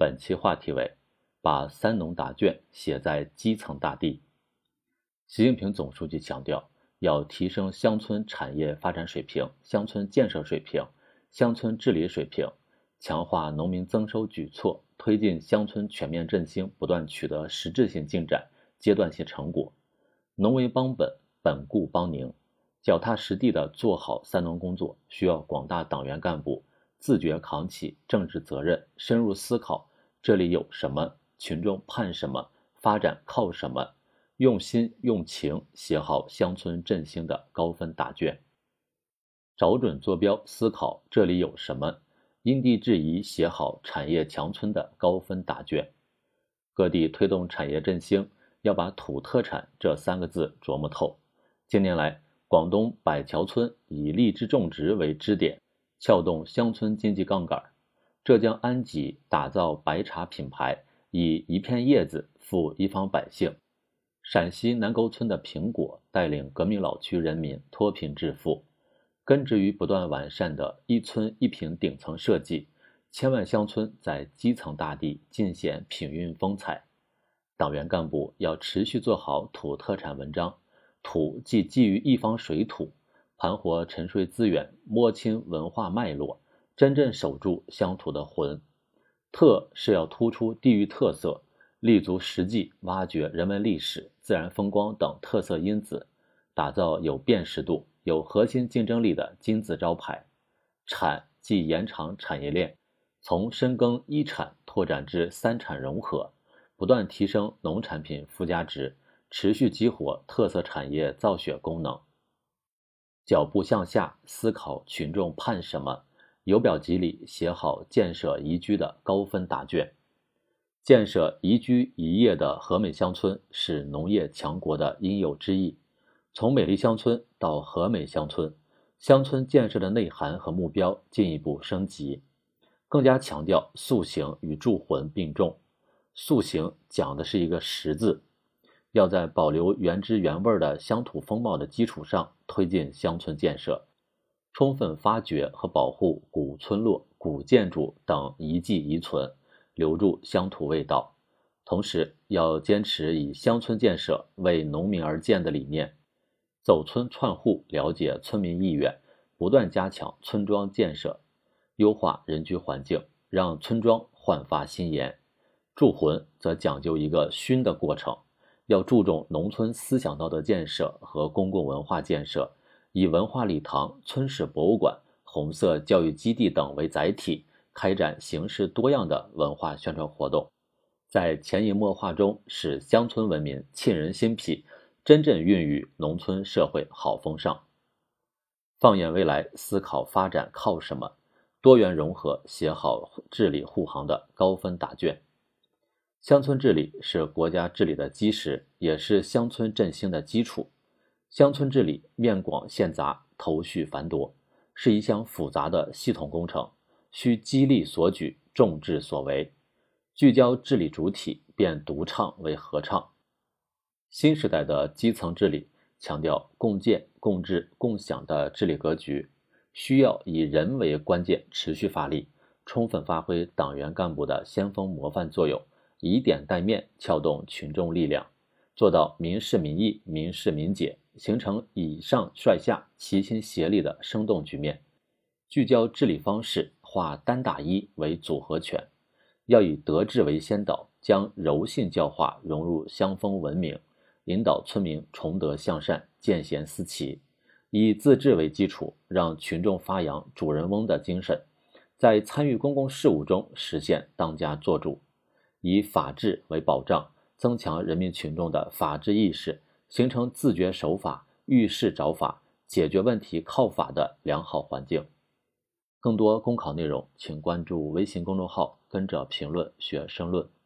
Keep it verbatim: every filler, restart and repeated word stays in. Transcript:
本期话题为把三农答卷写在基层大地。习近平总书记强调，要提升乡村产业发展水平、乡村建设水平、乡村治理水平，强化农民增收举措，推进乡村全面振兴不断取得实质性进展、阶段性成果。农为帮本，本固帮宁，脚踏实地地做好三农工作，需要广大党员干部自觉扛起政治责任，深入思考这里有什么，群众盼什么，发展靠什么，用心用情写好乡村振兴的高分答卷。找准坐标，思考这里有什么，因地制宜写好产业强村的高分答卷。各地推动产业振兴，要把土特产这三个字琢磨透。近年来，广东百桥村以荔枝种植为支点，撬动乡村经济杠杆。浙江安吉打造白茶品牌，以一片叶子富一方百姓。陕西南沟村的苹果带领革命老区人民脱贫致富。根植于不断完善的一村一品顶层设计，千万乡村在基层大地尽显品韵风采。党员干部要持续做好土特产文章，土既基于一方水土，盘活沉睡资源，摸清文化脉络，真正守住乡土的魂。特是要突出地域特色，立足实际，挖掘人文历史、自然风光等特色因子，打造有辨识度、有核心竞争力的金字招牌。产即延长产业链，从深耕一产拓展至三产融合，不断提升农产品附加值，持续激活特色产业造血功能。脚步向下，思考群众盼什么，由表及里写好建设宜居的高分答卷。建设宜居宜业的和美乡村是农业强国的应有之义。从美丽乡村到和美乡村，乡村建设的内涵和目标进一步升级，更加强调塑形与铸魂并重。塑形讲的是一个实字，要在保留原汁原味的乡土风貌的基础上推进乡村建设，充分发掘和保护古村落、古建筑等遗迹遗存，留住乡土味道。同时要坚持以乡村建设为农民而建的理念，走村串户，了解村民意愿，不断加强村庄建设，优化人居环境，让村庄焕发新颜。铸魂则讲究一个熏的过程，要注重农村思想道德建设和公共文化建设，以文化礼堂、村史博物馆、红色教育基地等为载体，开展形式多样的文化宣传活动，在潜移默化中使乡村文明沁人心脾，真正孕育农村社会好风尚。放眼未来，思考发展靠什么，多元融合写好治理护航的高分答卷。乡村治理是国家治理的基石，也是乡村振兴的基础。乡村治理面广线杂，头绪繁多，是一项复杂的系统工程，需激励所举，众志所为。聚焦治理主体，变独唱为合唱。新时代的基层治理强调共建、共治、共享的治理格局，需要以人为关键持续发力，充分发挥党员干部的先锋模范作用，以点带面撬动群众力量，做到民事民意、民事民解，形成以上率下齐心协力的生动局面。聚焦治理方式，化单打一为组合拳，要以德治为先导，将柔性教化融入乡风文明，引导村民崇德向善、见贤思齐，以自治为基础，让群众发扬主人翁的精神，在参与公共事务中实现当家作主，以法治为保障，增强人民群众的法治意识，形成自觉守法、遇事找法、解决问题靠法的良好环境。更多公考内容，请关注微信公众号，跟着评论学申论。